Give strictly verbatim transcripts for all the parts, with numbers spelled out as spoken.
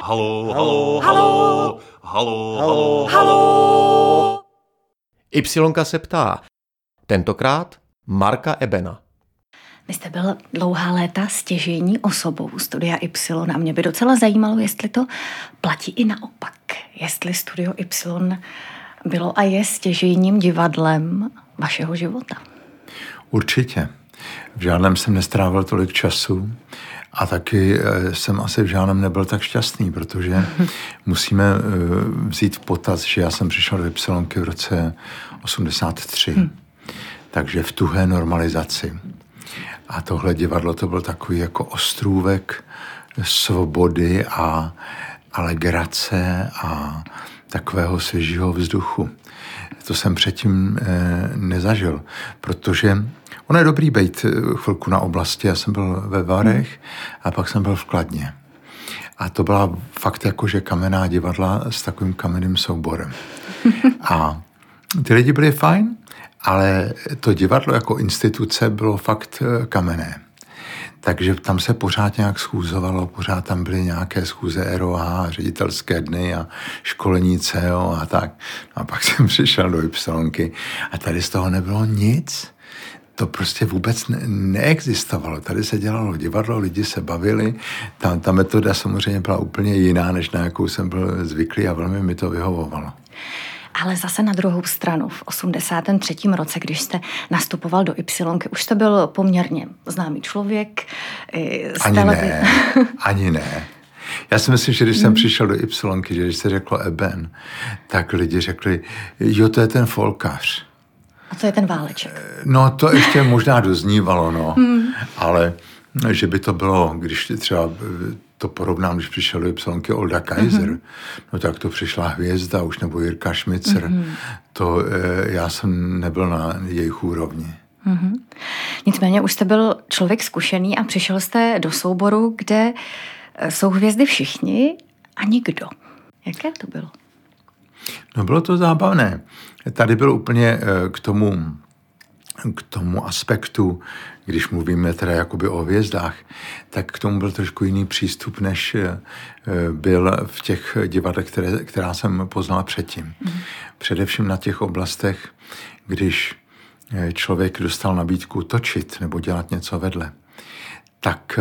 Halo, halo, halo, halo, halo, halo. Ypsilonka se ptá. Tentokrát Marka Ebena. Vy jste byl dlouhá léta stěžejní osobou Studia Y a mě by docela zajímalo, jestli to platí i naopak. Jestli Studio Y bylo a je stěžejním divadlem vašeho života. Určitě. V žádném jsem nestrávil tolik času a taky jsem asi v žádném nebyl tak šťastný, protože musíme vzít v potaz, že já jsem přišel do Ypsilonky v roce osmdesát tři. Hmm. Takže v tuhé normalizaci. A tohle divadlo to byl takový jako ostrůvek svobody a alegrace a takového svěžího vzduchu. To jsem předtím e, nezažil, protože ono je dobrý být chvilku na oblasti. Já jsem byl ve Varech a pak jsem byl v Kladně. A to byla fakt jakože kamenná divadla s takovým kamenným souborem. A ty lidi byli fajn, ale to divadlo jako instituce bylo fakt kamenné. Takže tam se pořád nějak schůzovalo, pořád tam byly nějaké schůze R O H, ředitelské dny a školení C E O a tak. No a pak jsem přišel do Ypsilonky a tady z toho nebylo nic. To prostě vůbec ne- neexistovalo. Tady se dělalo divadlo, lidi se bavili. Ta, ta metoda samozřejmě byla úplně jiná, než na jakou jsem byl zvyklý a velmi mi to vyhovovalo. Ale zase na druhou stranu, v osmdesátém třetím roce, když jste nastupoval do Ypsilonky, už jste byl poměrně známý člověk. Ani televiz... ne, ani ne. Já si myslím, že když jsem hmm. přišel do Ypsilonky, že když se řeklo Eben, tak lidi řekli, jo, to je ten folkař. A to je ten Váleček. No, to ještě možná doznívalo, no. Hmm. Ale že by to bylo, když třeba to porovnám, když přišel do Ypsilonky Olda Kaiser, mm-hmm. no tak to přišla Hvězda už, nebo Jirka Šmicer. Mm-hmm. To e, já jsem nebyl na jejich úrovni. Mm-hmm. Nicméně už jste byl člověk zkušený a přišel jste do souboru, kde jsou hvězdy všichni a nikdo. Jaké to bylo? No bylo to zábavné. Tady byl úplně k tomu, k tomu aspektu, když mluvíme teda jakoby o hvězdách, tak k tomu byl trošku jiný přístup, než byl v těch divadlech, které, která jsem poznala předtím. Mm. Především na těch oblastech, když člověk dostal nabídku točit nebo dělat něco vedle, tak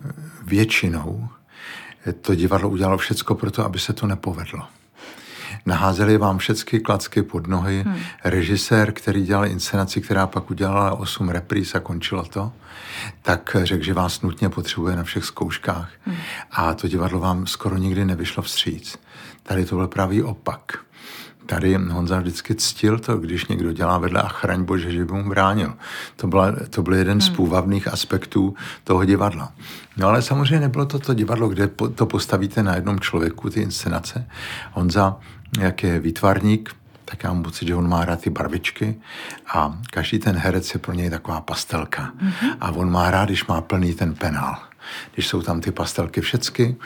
většinou to divadlo udělalo všecko pro to, aby se to nepovedlo. Naházeli vám všechny klacky pod nohy. Hmm. Režisér, který dělal inscenaci, která pak udělala osm repríz a končilo to, tak řekl, že vás nutně potřebuje na všech zkouškách. Hmm. A to divadlo vám skoro nikdy nevyšlo vstříc. Tady to byl pravý opak. Tady Honza vždycky ctil to, když někdo dělá vedle a chraň bože, že by mu bránil. To, byla, to byl jeden hmm. z půvabných aspektů toho divadla. No ale samozřejmě nebylo to to divadlo, kde to postavíte na jednom člověku, ty inscenace. Honza, jak je výtvarník, tak já mám pocit, že on má rád ty barvičky a každý ten herec je pro něj taková pastelka. Mm-hmm. A on má rád, když má plný ten penál. Když jsou tam ty pastelky všecky,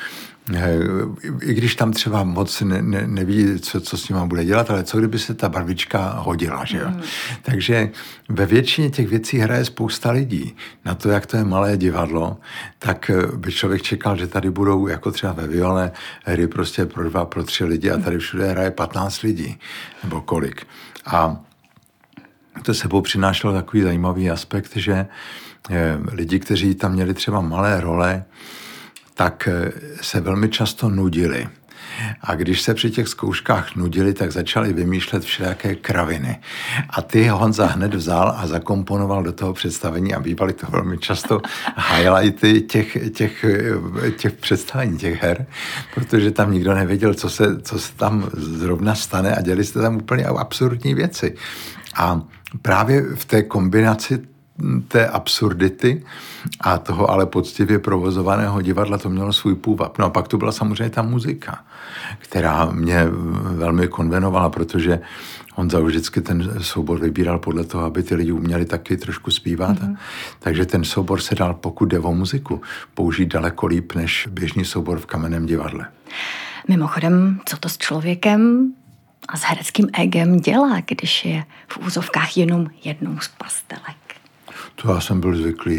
i když tam třeba moc ne, ne, neví, co, co s nima bude dělat, ale co kdyby se ta barvička hodila, že jo? Mm. Takže ve většině těch věcí hraje spousta lidí. Na to, jak to je malé divadlo, tak by člověk čekal, že tady budou, jako třeba ve Viole, hry prostě pro dva, pro tři lidi a tady všude hraje patnáct lidí, nebo kolik. A to sebou přinášelo takový zajímavý aspekt, že lidi, kteří tam měli třeba malé role, tak se velmi často nudili. A když se při těch zkouškách nudili, tak začali vymýšlet všelijaké kraviny. A ty Honza hned vzal a zakomponoval do toho představení a bývaly to velmi často highlighty těch, těch, těch představení, těch her, protože tam nikdo nevěděl, co se, co se tam zrovna stane a děli jste tam úplně absurdní věci. A právě v té kombinaci té absurdity a toho ale poctivě provozovaného divadla to mělo svůj půvab. No a pak to byla samozřejmě ta muzika, která mě velmi konvenovala, protože Honza vždycky ten soubor vybíral podle toho, aby ty lidi uměli taky trošku zpívat. Mm-hmm. Takže ten soubor se dal, pokud jde o muziku, použít daleko líp než běžný soubor v kamenném divadle. Mimochodem, co to s člověkem a s hereckým egem dělá, když je v úzovkách jenom jednou z pastelek? To já jsem byl zvyklý.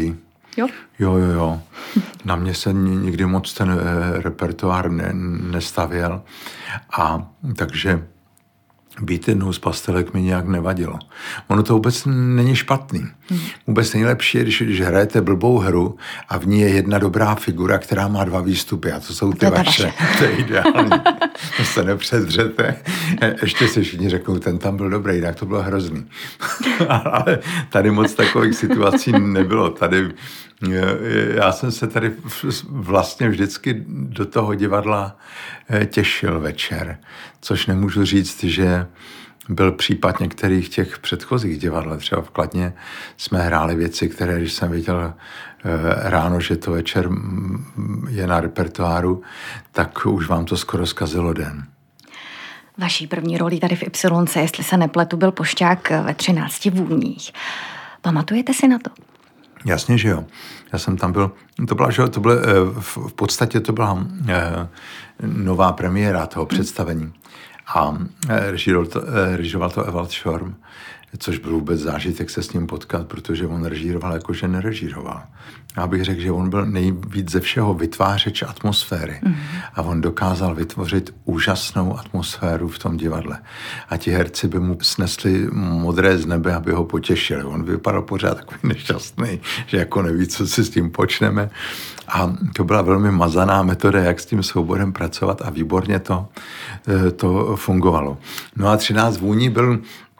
Jo? Jo, jo, jo. Na mě se nikdy moc ten e, repertoár ne, nestavěl a takže být jednou z pastelek mi nějak nevadilo. Ono to vůbec není špatný. Hmm. Vůbec nejlepší je, když, když hrajete blbou hru a v ní je jedna dobrá figura, která má dva výstupy a to jsou ty to vaše. vaše. To je ideální. To se nepředřete. Ještě si všichni řeknou, ten tam byl dobrý, jinak to bylo hrozný. Ale tady moc takových situací nebylo. Tady já jsem se tady vlastně vždycky do toho divadla těšil večer, což nemůžu říct, že byl případ některých těch předchozích divadel. Třeba v Kladně jsme hráli věci, které, když jsem viděl ráno, že to večer je na repertoáru, tak už vám to skoro zkazilo den. Vaší první roli tady v Ypsilonce, jestli se nepletu, byl Pošťák ve třinácti vůních. Pamatujete si na to? Jasně, že jo. Já jsem tam byl, to byla, že to bylo, v podstatě to byla nová premiéra toho představení a režíroval to, režíroval to Ewald Schorm, což byl vůbec zážitek se s ním potkat, protože on režíroval jako, že nerežíroval. Já bych řekl, že on byl nejvíc ze všeho vytvářeč atmosféry. Mm. A on dokázal vytvořit úžasnou atmosféru v tom divadle. A ti herci by mu snesli modré z nebe, aby ho potěšili. On vypadal pořád takový nešťastný, že jako neví, co si s tím počneme. A to byla velmi mazaná metoda, jak s tím souborem pracovat a výborně to, to fungovalo. No a třináct vůní byl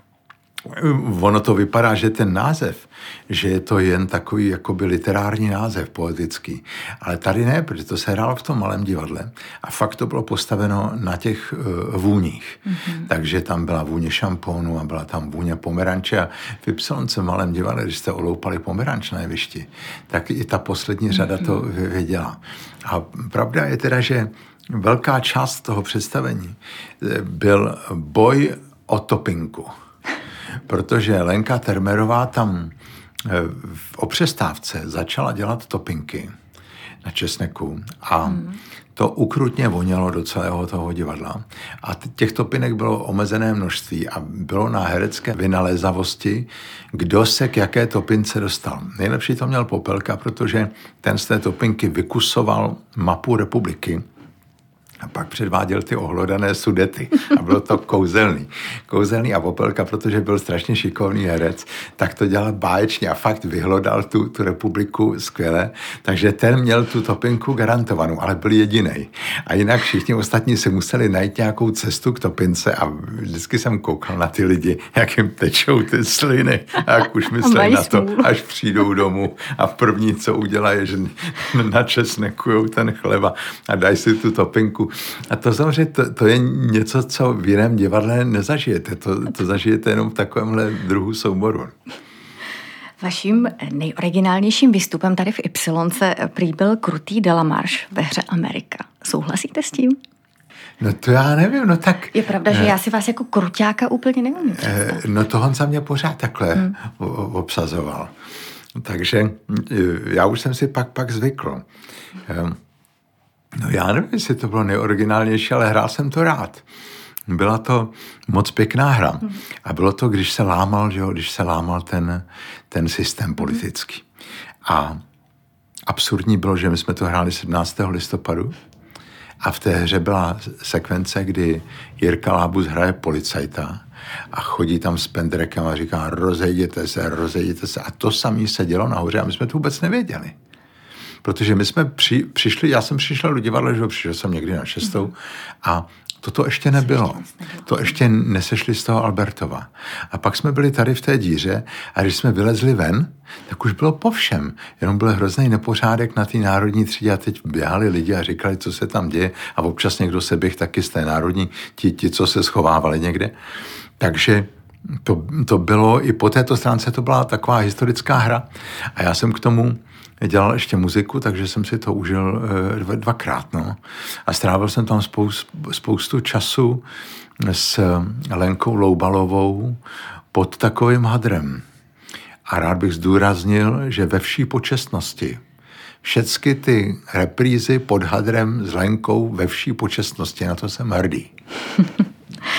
ono to vypadá, že ten název, že je to jen takový jakoby literární název, poetický. Ale tady ne, protože to se hrálo v tom malém divadle a fakt to bylo postaveno na těch uh, vůních. Mm-hmm. Takže tam byla vůně šampónu a byla tam vůně pomeranče a v Ypsilonce v malém divadle, když jste oloupali pomeranč na jevišti, tak i ta poslední mm-hmm. řada to věděla. A pravda je teda, že velká část toho představení byl boj o topinku. Protože Lenka Termerová tam o přestávce začala dělat topinky na česneku a hmm. to ukrutně vonělo do celého toho divadla. A těch topinek bylo omezené množství a bylo na herecké vynalézavosti, kdo se k jaké topince dostal. Nejlepší to měl Popelka, protože ten z té topinky vykusoval mapu republiky a pak předváděl ty ohlodané sudety. A bylo to kouzelný. Kouzelný a Popelka, protože byl strašně šikovný herec, tak to dělal báječně a fakt vyhlodal tu, tu republiku skvěle. Takže ten měl tu topinku garantovanou, ale byl jedinej. A jinak všichni ostatní si museli najít nějakou cestu k topince a vždycky jsem koukal na ty lidi, jak jim tečou ty sliny a jak už myslí na to, až přijdou domů a první, co udělají, je, že načesnekujou ten chleba a dají si tu topinku. A to samozřejmě, to, to je něco, co v jiném divadle nezažijete. To, to zažijete jenom v takovémhle druhu souboru. Vaším nejoriginálnějším výstupem tady v Ypsilonce prý byl krutý Delamarche ve hře Amerika. Souhlasíte s tím? No to já nevím, no tak... Je pravda, že já si vás jako kruťáka úplně nevím představit. No to Honza mě pořád takhle hmm. obsazoval. Takže já už jsem si pak, pak zvykl. No já nevím, jestli to bylo nejoriginálnější, ale hrál jsem to rád. Byla to moc pěkná hra. A bylo to, když se lámal, že jo, když se lámal ten, ten systém politický. A absurdní bylo, že my jsme to hráli sedmnáctého listopadu a v té hře byla sekvence, kdy Jirka Lábus hraje policajta a chodí tam s pendrekem a říká rozejděte se, rozejděte se. A to samé se dělo nahoře a my jsme to vůbec nevěděli. Protože my jsme při, přišli, já jsem přišel do divadla, že přišel jsem někdy na šestou mm. a toto ještě nebylo. To ještě nesešli z toho Albertova. A pak jsme byli tady v té díře a když jsme vylezli ven, tak už bylo po všem. Jenom byl hrozný nepořádek na té národní třídě a teď běhali lidi a říkali, co se tam děje a občas někdo se běh taky z té národní, ti, ti co se schovávali někde. Takže to, to bylo, i po této stránce to byla taková historická hra a já jsem k tomu dělal ještě muziku, takže jsem si to užil e, dvakrát. No. A strávil jsem tam spoustu, spoustu času s Lenkou Loubalovou pod takovým hadrem. A rád bych zdůraznil, že ve vší počestnosti všechny ty reprízy pod hadrem s Lenkou ve vší počestnosti, na to jsem hrdý.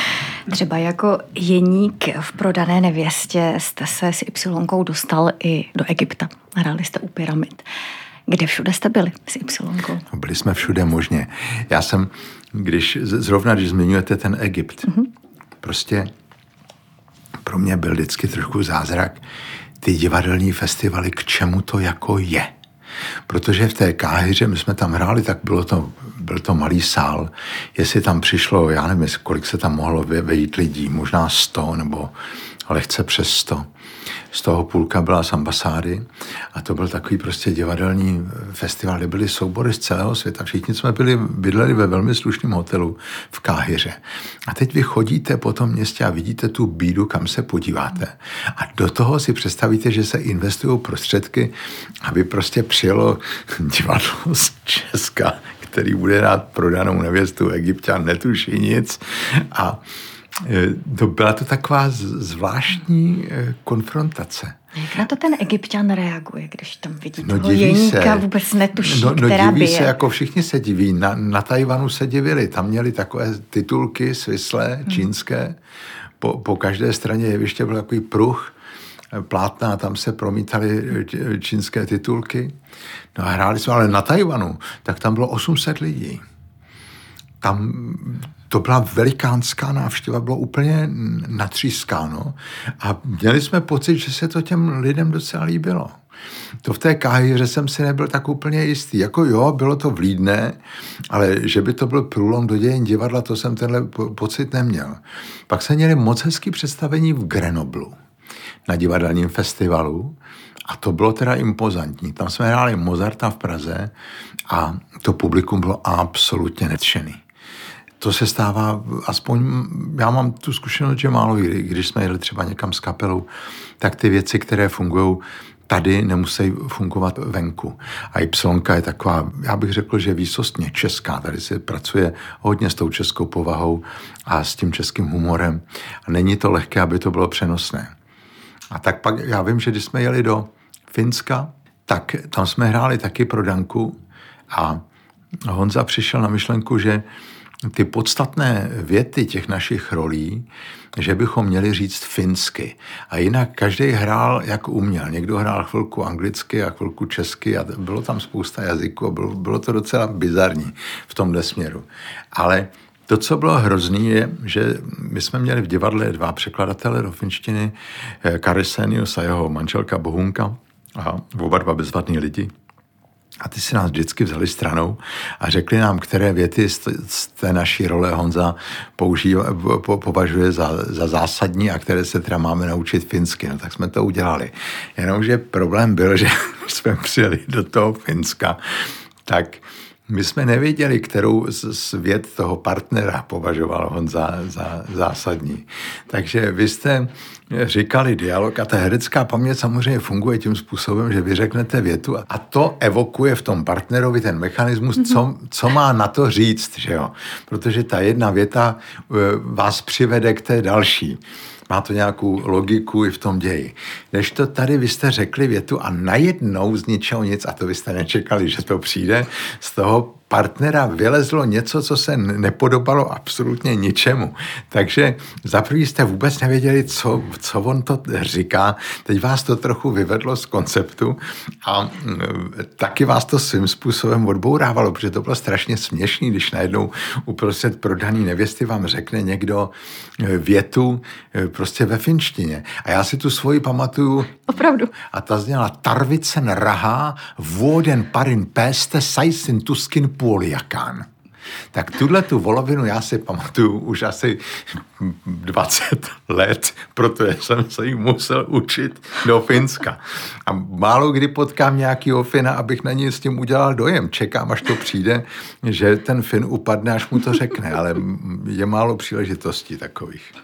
Třeba jako Jeník v Prodané nevěstě jste se s Ypsilonkou dostal i do Egypta. Hráli jste u pyramid. Kde všude jste byli s Ypsilonkou? Byli jsme všude možně. Já jsem, když, zrovna když zmiňujete ten Egypt, mm-hmm. prostě pro mě byl vždycky trošku zázrak ty divadelní festivaly, k čemu to jako je. Protože v té Káhiře, my jsme tam hráli, tak bylo to, byl to malý sál. Jestli tam přišlo, já nevím, kolik se tam mohlo vejít lidí, možná sto nebo lehce přes sto. Z toho půlka byla z ambasády a to byl takový prostě divadelní festival, kde byly soubory z celého světa. Všichni jsme byli, bydleli ve velmi slušném hotelu v Káhiře. A teď vy chodíte po tom městě a vidíte tu bídu, kam se podíváte. A do toho si představíte, že se investují prostředky, aby prostě přijelo divadlo z Česka, který bude rád prodanou nevěstu Egypťan, netuší nic. A to byla to taková zvláštní konfrontace. Jak na to ten Egypťan reaguje, když tam vidí no, toho Jeníka, vůbec netuší, no, no, která diví bije? se, jako všichni se diví. Na, na Tajvanu se divili. Tam měli takové titulky svislé, hmm. čínské. Po, po každé straně jeviště byl takový pruh plátna a tam se promítaly čínské titulky. No a hráli jsme, ale na Tajvanu, tak tam bylo osm set lidí. Tam to byla velikánská návštěva, bylo úplně natřískáno a měli jsme pocit, že se to těm lidem docela líbilo. To v té Káhiře jsem si nebyl tak úplně jistý. Jako jo, bylo to vlídné, ale že by to byl průlom do dějin divadla, to jsem tenhle pocit neměl. Pak se měli moc hezký představení v Grenoblu na divadelním festivalu a to bylo teda impozantní. Tam jsme hráli Mozarta v Praze a to publikum bylo absolutně nadšený. To se stává, aspoň já mám tu zkušenost, že málo kdy, když jsme jeli třeba někam s kapelou, tak ty věci, které fungují tady, nemusí fungovat venku. A Ypsilonka je taková, já bych řekl, že výsostně česká. Tady se pracuje hodně s tou českou povahou a s tím českým humorem. A není to lehké, aby to bylo přenosné. A tak pak, já vím, že když jsme jeli do Finska, tak tam jsme hráli taky pro Danku a Honza přišel na myšlenku, že ty podstatné věty těch našich rolí, že bychom měli říct finsky. A jinak každý hrál, jak uměl. Někdo hrál chvilku anglicky a chvilku česky a bylo tam spousta jazyků a bylo, bylo to docela bizarní v tomhle směru. Ale to, co bylo hrozný, je, že my jsme měli v divadle dva překladatele do finštiny, Kari Senius a jeho manželka Bohunka a oba dva bezvadní lidi. A ty si nás vždycky vzali stranou a řekli nám, které věty z té naší role Honza používá, po, považuje za, za zásadní a které se teda máme naučit finsky. No tak jsme to udělali. Jenomže problém byl, že jsme přijeli do toho Finska, tak my jsme nevěděli, kterou z vět toho partnera považoval Honza za zásadní. Takže vy jste říkali dialog a ta herecká paměť samozřejmě funguje tím způsobem, že vy řeknete větu a to evokuje v tom partnerovi ten mechanismus, mm-hmm. co, co má na to říct, že jo? Protože ta jedna věta vás přivede k té další. Má to nějakou logiku i v tom ději. Když to tady vy jste řekli větu a najednou z ničeho nic, a to vy jste nečekali, že to přijde, z toho partnera vylezlo něco, co se nepodobalo absolutně ničemu. Takže za první jste vůbec nevěděli, co, co on to říká. Teď vás to trochu vyvedlo z konceptu a taky vás to svým způsobem odbourávalo, protože to bylo strašně směšný, když najednou uprostřed prodaný nevěsty vám řekne někdo větu prostě ve finštině. A já si tu svoji pamatuju. Opravdu. A ta zněla Tarvicen rahá, vóden parin péste, sajsin tuskin puoliakán. Tak tuhle tu volovinu já si pamatuju už asi dvacet let, protože jsem se jí musel učit do Finska. A málo kdy potkám nějakýho Fina, abych na něj s tím udělal dojem. Čekám, až to přijde, že ten Fin upadne, až mu to řekne, ale je málo příležitostí takových.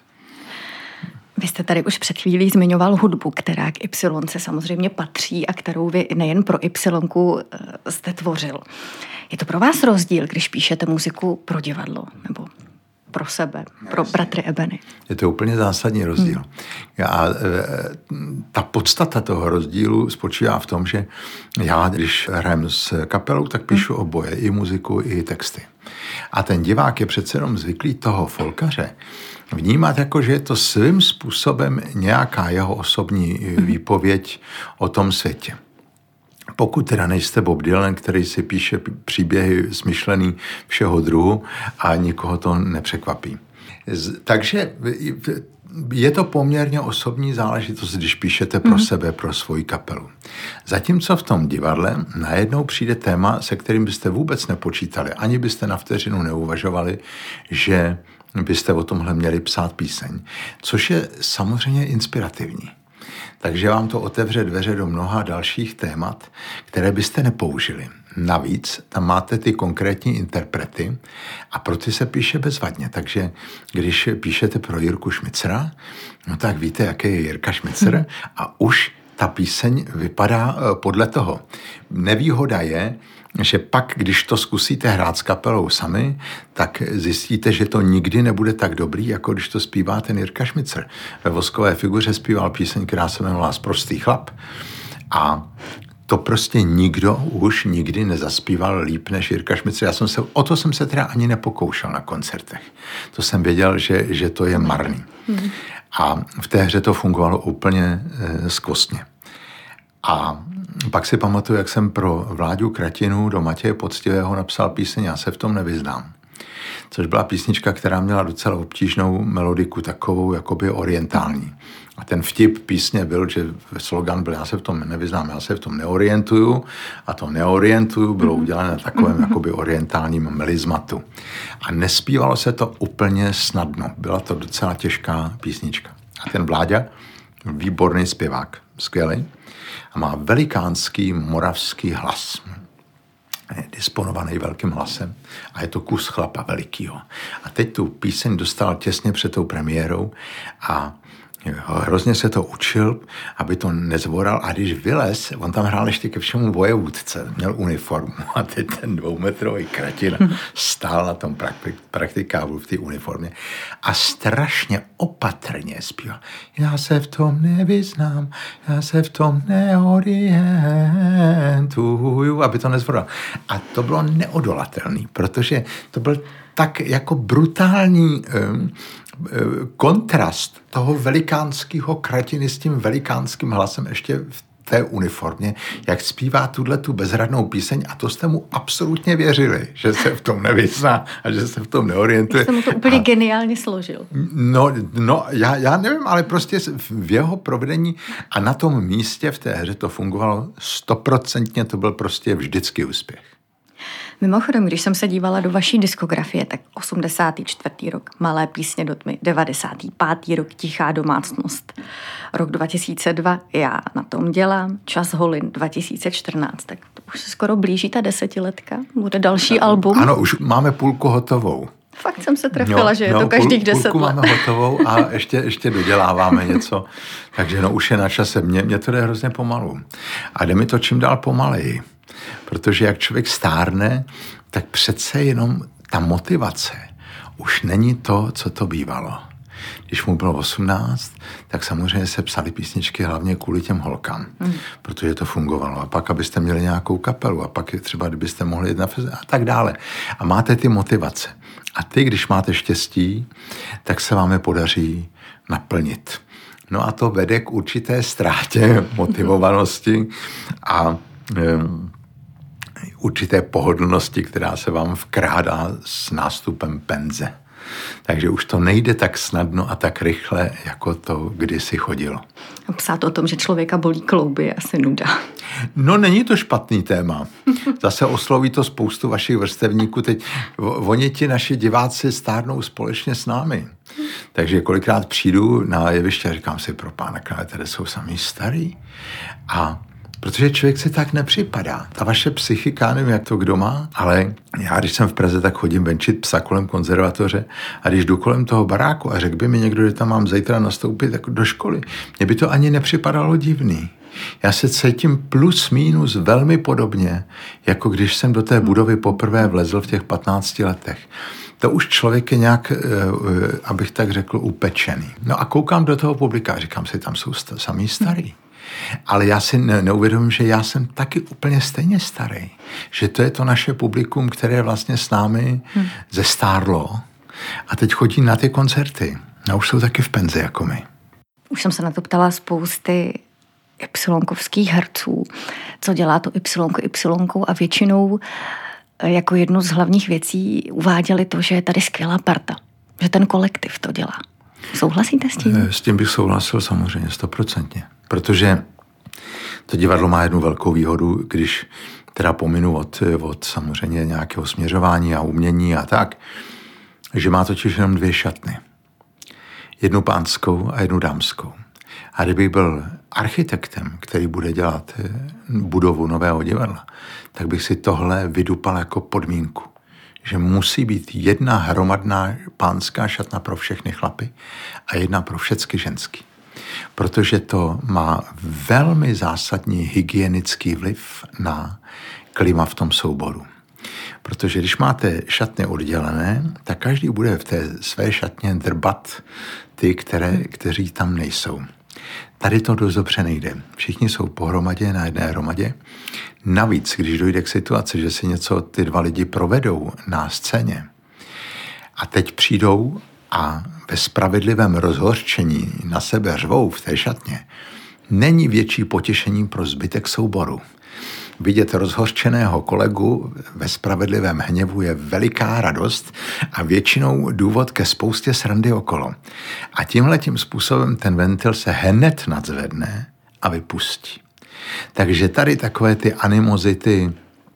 Vy jste tady už před chvílí zmiňoval hudbu, která k Ypsilonce samozřejmě patří a kterou vy nejen pro Ypsilonku jste tvořil. Je to pro vás rozdíl, když píšete muziku pro divadlo? Nebo pro sebe, pro bratry Ebeny. Je to úplně zásadní rozdíl. Hmm. A e, ta podstata toho rozdílu spočívá v tom, že já, když hrajem s kapelou, tak píšu hmm. oboje, i muziku, i texty. A ten divák je přece jenom zvyklý toho folkaře vnímat jako, že je to svým způsobem nějaká jeho osobní výpověď o tom světě. Pokud teda nejste Bob Dylan, který si píše příběhy smyšlený všeho druhu a nikoho to nepřekvapí. Takže je to poměrně osobní záležitost, když píšete pro mm. sebe, pro svoji kapelu. Zatímco v tom divadle najednou přijde téma, se kterým byste vůbec nepočítali, ani byste na vteřinu neuvažovali, že byste o tomhle měli psát píseň, což je samozřejmě inspirativní. Takže vám to otevře dveře do mnoha dalších témat, které byste nepoužili. Navíc tam máte ty konkrétní interprety a pro ty se píše bezvadně. Takže když píšete pro Jirku Šmicera, no tak víte, jaký je Jirka Šmicer a už ta píseň vypadá podle toho. Nevýhoda je, že pak, když to zkusíte hrát s kapelou sami, tak zjistíte, že to nikdy nebude tak dobrý, jako když to zpívá ten Jirka Šmicer. Ve Voskové figuře zpíval píseň, která se jmenovala Sprostý chlap a to prostě nikdo už nikdy nezaspíval líp než Jirka Šmicer. Já jsem se, o to jsem se teda ani nepokoušel na koncertech. To jsem věděl, že, že to je marný. Hmm. A v té hře to fungovalo úplně e, skvostně. A pak si pamatuju, jak jsem pro Vláďu Kratinu do Matěje Poctivého napsal píseň Já se v tom nevyznám. Což byla písnička, která měla docela obtížnou melodiku, takovou jakoby orientální. A ten vtip písně byl, že slogan byl Já se v tom nevyznám, já se v tom neorientuju. A to neorientuju bylo udělané na takovém jakoby orientálním melizmatu. A nespívalo se to úplně snadno. Byla to docela těžká písnička. A ten Vláďa, výborný zpěvák, skvělý, a má velikánský moravský hlas. Je disponovaný velkým hlasem a je to kus chlapa velikýho. A teď tu píseň dostal těsně před tou premiérou a hrozně se to učil, aby to nezvoral a když vylez, on tam hrál ještě ke všemu vojevůdce, měl uniformu a teď ten dvoumetrový kratina stál na tom praktikávu v té uniformě a strašně opatrně zpíval. Já se v tom nevyznám, já se v tom neorientuju, aby to nezvoral. A to bylo neodolatelný, protože to byl tak jako brutální um, kontrast toho velikánského kratiny s tím velikánským hlasem ještě v té uniformě, jak zpívá tuhletu bezradnou píseň a to jste mu absolutně věřili, že se v tom nevyzná a že se v tom neorientuje. Jste mu to úplně a, geniálně složil. No, no já, já nevím, ale prostě v jeho provedení a na tom místě v té hře to fungovalo stoprocentně, to byl prostě vždycky úspěch. Mimochodem, když jsem se dívala do vaší diskografie, tak osmdesátý čtvrtý rok Malé písně do tmy, devadesátý pátý rok Tichá domácnost, rok dva tisíce dva Já na tom dělám, Čas holin dva tisíce čtrnáct, tak to už se skoro blíží ta desetiletka, bude další ano, album. Ano, už máme půlku hotovou. Fakt jsem se trefila, no, že je no, to každých půl, deset půlku let. máme hotovou a ještě, ještě doděláváme něco, takže no už je na čase, mně, mně to jde hrozně pomalu a jde mi to čím dál pomaleji. Protože jak člověk stárne, tak přece jenom ta motivace už není to, co to bývalo. Když mu bylo osmnáct, tak samozřejmě se psaly písničky hlavně kvůli těm holkám, mm. protože to fungovalo. A pak, abyste měli nějakou kapelu a pak třeba, kdybyste mohli jít na festival a tak dále. A máte ty motivace. A ty, když máte štěstí, tak se vám je podaří naplnit. No a to vede k určité ztrátě motivovanosti a um, určité pohodlnosti, která se vám vkrádá s nástupem penze. Takže už to nejde tak snadno a tak rychle, jako to kdysi chodilo. Psát o tom, že člověka bolí klouby, je asi nuda. No, není to špatný téma. Zase osloví to spoustu vašich vrstevníků. Teď oni ti naši diváci stárnou společně s námi. Takže kolikrát přijdu na jeviště a říkám si, pro pána krále, tady jsou samý starý. A Protože člověk si tak nepřipadá. Ta vaše psychika, nevím, jak to kdo má, ale já, když jsem v Praze, tak chodím venčit psa kolem konzervatoře a když jdu kolem toho baráku a řekl by mi někdo, že tam mám zítra nastoupit tak do školy, mně by to ani nepřipadalo divný. Já se cítím plus minus velmi podobně, jako když jsem do té budovy poprvé vlezl v těch patnácti letech. To už člověk je nějak, abych tak řekl, upečený. No a koukám do toho publika a říkám si, tam jsou samý starý. Ale já si neuvědomím, že já jsem taky úplně stejně starý. Že to je to naše publikum, které vlastně s námi hmm. zestárlo a teď chodí na ty koncerty. A už jsou taky v penzi jako my. Už jsem se na to ptala spousty ypsilonkovských herců, co dělá to ypsilonko ypsilonkou a většinou jako jednu z hlavních věcí uváděli to, že je tady skvělá parta, že ten kolektiv to dělá. Souhlasíte s tím? S tím bych souhlasil samozřejmě stoprocentně, protože to divadlo má jednu velkou výhodu, když teda pominu od, od samozřejmě nějakého směřování a umění a tak, že má totiž jenom dvě šatny. Jednu pánskou a jednu dámskou. A kdybych byl architektem, který bude dělat budovu nového divadla, tak bych si tohle vydupal jako podmínku, že musí být jedna hromadná pánská šatna pro všechny chlapy a jedna pro všechny ženský. Protože to má velmi zásadní hygienický vliv na klima v tom souboru. Protože když máte šatny oddělené, tak každý bude v té své šatně drbat ty, které, kteří tam nejsou. Tady to dost dobře nejde. Všichni jsou pohromadě na jedné hromadě. Navíc, když dojde k situaci, že si něco ty dva lidi provedou na scéně a teď přijdou a ve spravedlivém rozhořčení na sebe řvou v té šatně, není větší potěšení pro zbytek souboru. Vidět rozhořčeného kolegu ve spravedlivém hněvu je veliká radost a většinou důvod ke spoustě srandy okolo. A tímhletím způsobem ten ventil se hned nadzvedne a vypustí. Takže tady takové ty animozity,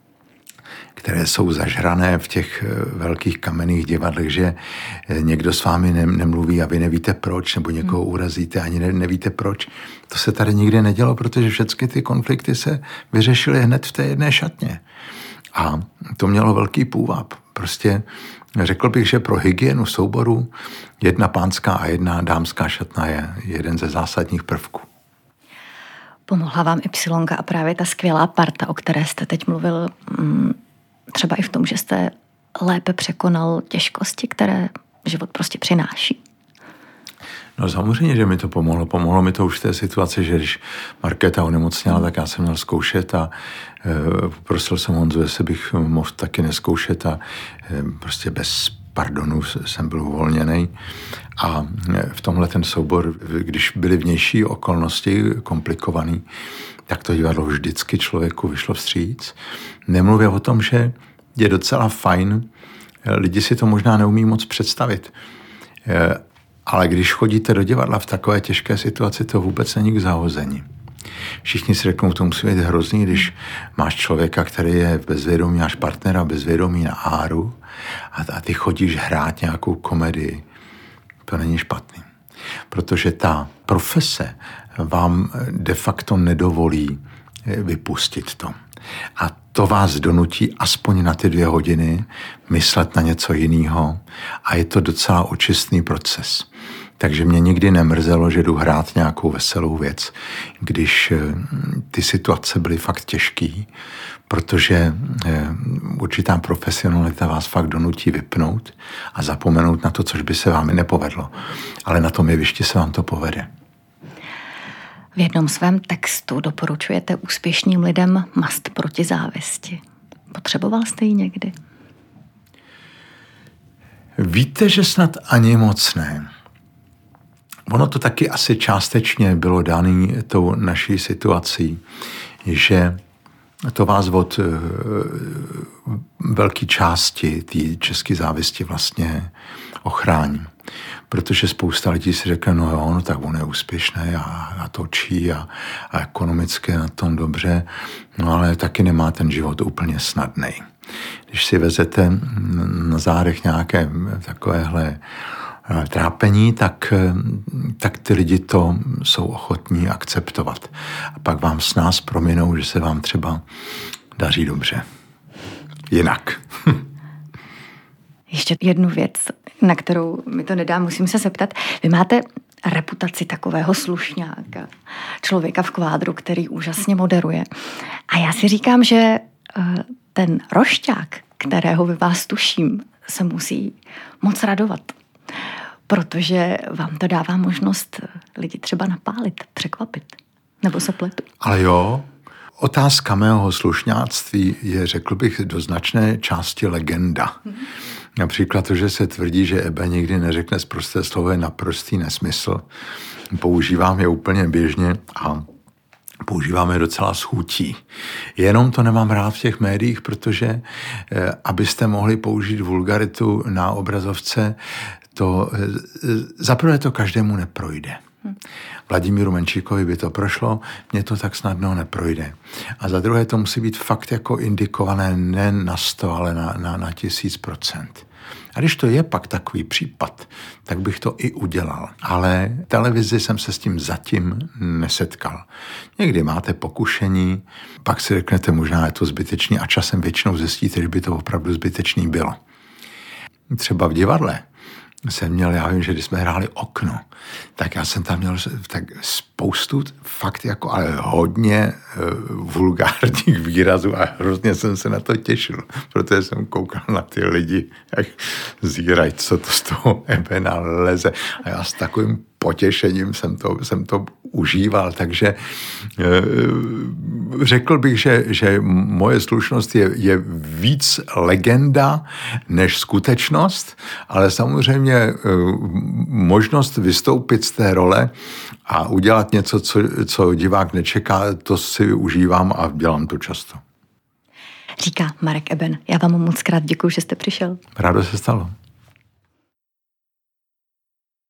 které jsou zažrané v těch velkých kamenných divadlech, že někdo s vámi nemluví a vy nevíte proč, nebo někoho urazíte, ani nevíte proč. To se tady nikdy nedělo, protože všechny ty konflikty se vyřešily hned v té jedné šatně. A to mělo velký půvab. Prostě řekl bych, že pro hygienu souboru jedna pánská a jedna dámská šatna je jeden ze zásadních prvků. Pomohla vám Ypsilonka a právě ta skvělá parta, o které jste teď mluvil, třeba i v tom, že jste lépe překonal těžkosti, které život prostě přináší? No samozřejmě, že mi to pomohlo. Pomohlo mi to už v té situaci, že když Markéta onemocněla, tak já jsem měl zkoušet a e, poprosil jsem Honzu, jestli bych mohl taky neskoušet a e, prostě bez pardonu jsem byl uvolněný. A v tomhle ten soubor, když byly vnější okolnosti komplikovaný, tak to divadlo vždycky člověku vyšlo vstříc. Nemluvě o tom, že je docela fajn, lidi si to možná neumí moc představit, ale když chodíte do divadla v takové těžké situaci, to vůbec není k zahození. Všichni si řeknou, to musí být hrozný, když máš člověka, který je bezvědomý, máš partnera bezvědomý na áru a ty chodíš hrát nějakou komedii. To není špatný. Protože ta profese vám de facto nedovolí vypustit to. A to vás donutí aspoň na ty dvě hodiny myslet na něco jiného a je to docela očistný proces. Takže mě nikdy nemrzelo, že jdu hrát nějakou veselou věc, když ty situace byly fakt těžký, protože určitá profesionalita vás fakt donutí vypnout a zapomenout na to, což by se vám nepovedlo. Ale na tom jevišti se vám to povede. V jednom svém textu doporučujete úspěšným lidem mast proti závisti. Potřeboval jste ji někdy? Víte, že snad ani moc ne. Ono to taky asi částečně bylo daný tou naší situací, že to vás od velké části té české závisti vlastně ochrání. Protože spousta lidí si řekne, no jo, no tak on je úspěšný a, a točí a, a ekonomicky na tom dobře, no ale taky nemá ten život úplně snadnej. Když si vezete na zádech nějaké takovéhle trápení, tak, tak ty lidi to jsou ochotní akceptovat. A pak vám s nás prominou, že se vám třeba daří dobře. Jinak. Ještě jednu věc, na kterou mi to nedá, musím se zeptat. Vy máte reputaci takového slušňáka, člověka v kvádru, který úžasně moderuje. A já si říkám, že ten rošťák, kterého vy vás tuším, se musí moc radovat. Protože vám to dává možnost lidi třeba napálit, překvapit. Nebo se pletu. Ale jo, otázka mého slušňáctví je, řekl bych, do značné části legenda. Hmm. Například to, že se tvrdí, že Ebe nikdy neřekne sprosté slovo, je naprostý nesmysl. Používám je úplně běžně a používáme docela s chutí. Jenom to nemám rád v těch médiích, protože eh, abyste mohli použít vulgaritu na obrazovce, to eh, zaprvé to každému neprojde. Hmm. Vladimíru Menšíkovi by to prošlo, mně to tak snadno neprojde. A za druhé to musí být fakt jako indikované ne na sto, ale na, na, na tisíc procent. A když to je pak takový případ, tak bych to i udělal. Ale v televizi jsem se s tím zatím nesetkal. Někdy máte pokušení, pak si řeknete, možná je to zbytečný a časem většinou zjistíte, že by to opravdu zbytečný bylo. Třeba v divadle jsem měl, já vím, že když jsme hráli Okno, tak já jsem tam měl tak spoustu fakt jako, ale hodně uh, vulgárních výrazů a hrozně jsem se na to těšil, protože jsem koukal na ty lidi, jak zírají, co to z toho Ebena leze. A já s takovým potěšením jsem to, jsem to užíval, takže uh, řekl bych, že, že moje slušnost je, je víc legenda než skutečnost, ale samozřejmě uh, možnost vystoupit z té role a udělat něco, co, co divák nečeká, to si užívám a dělám to často. Říká Marek Eben. Já vám moc krát děkuju, že jste přišel. Rádo se stalo.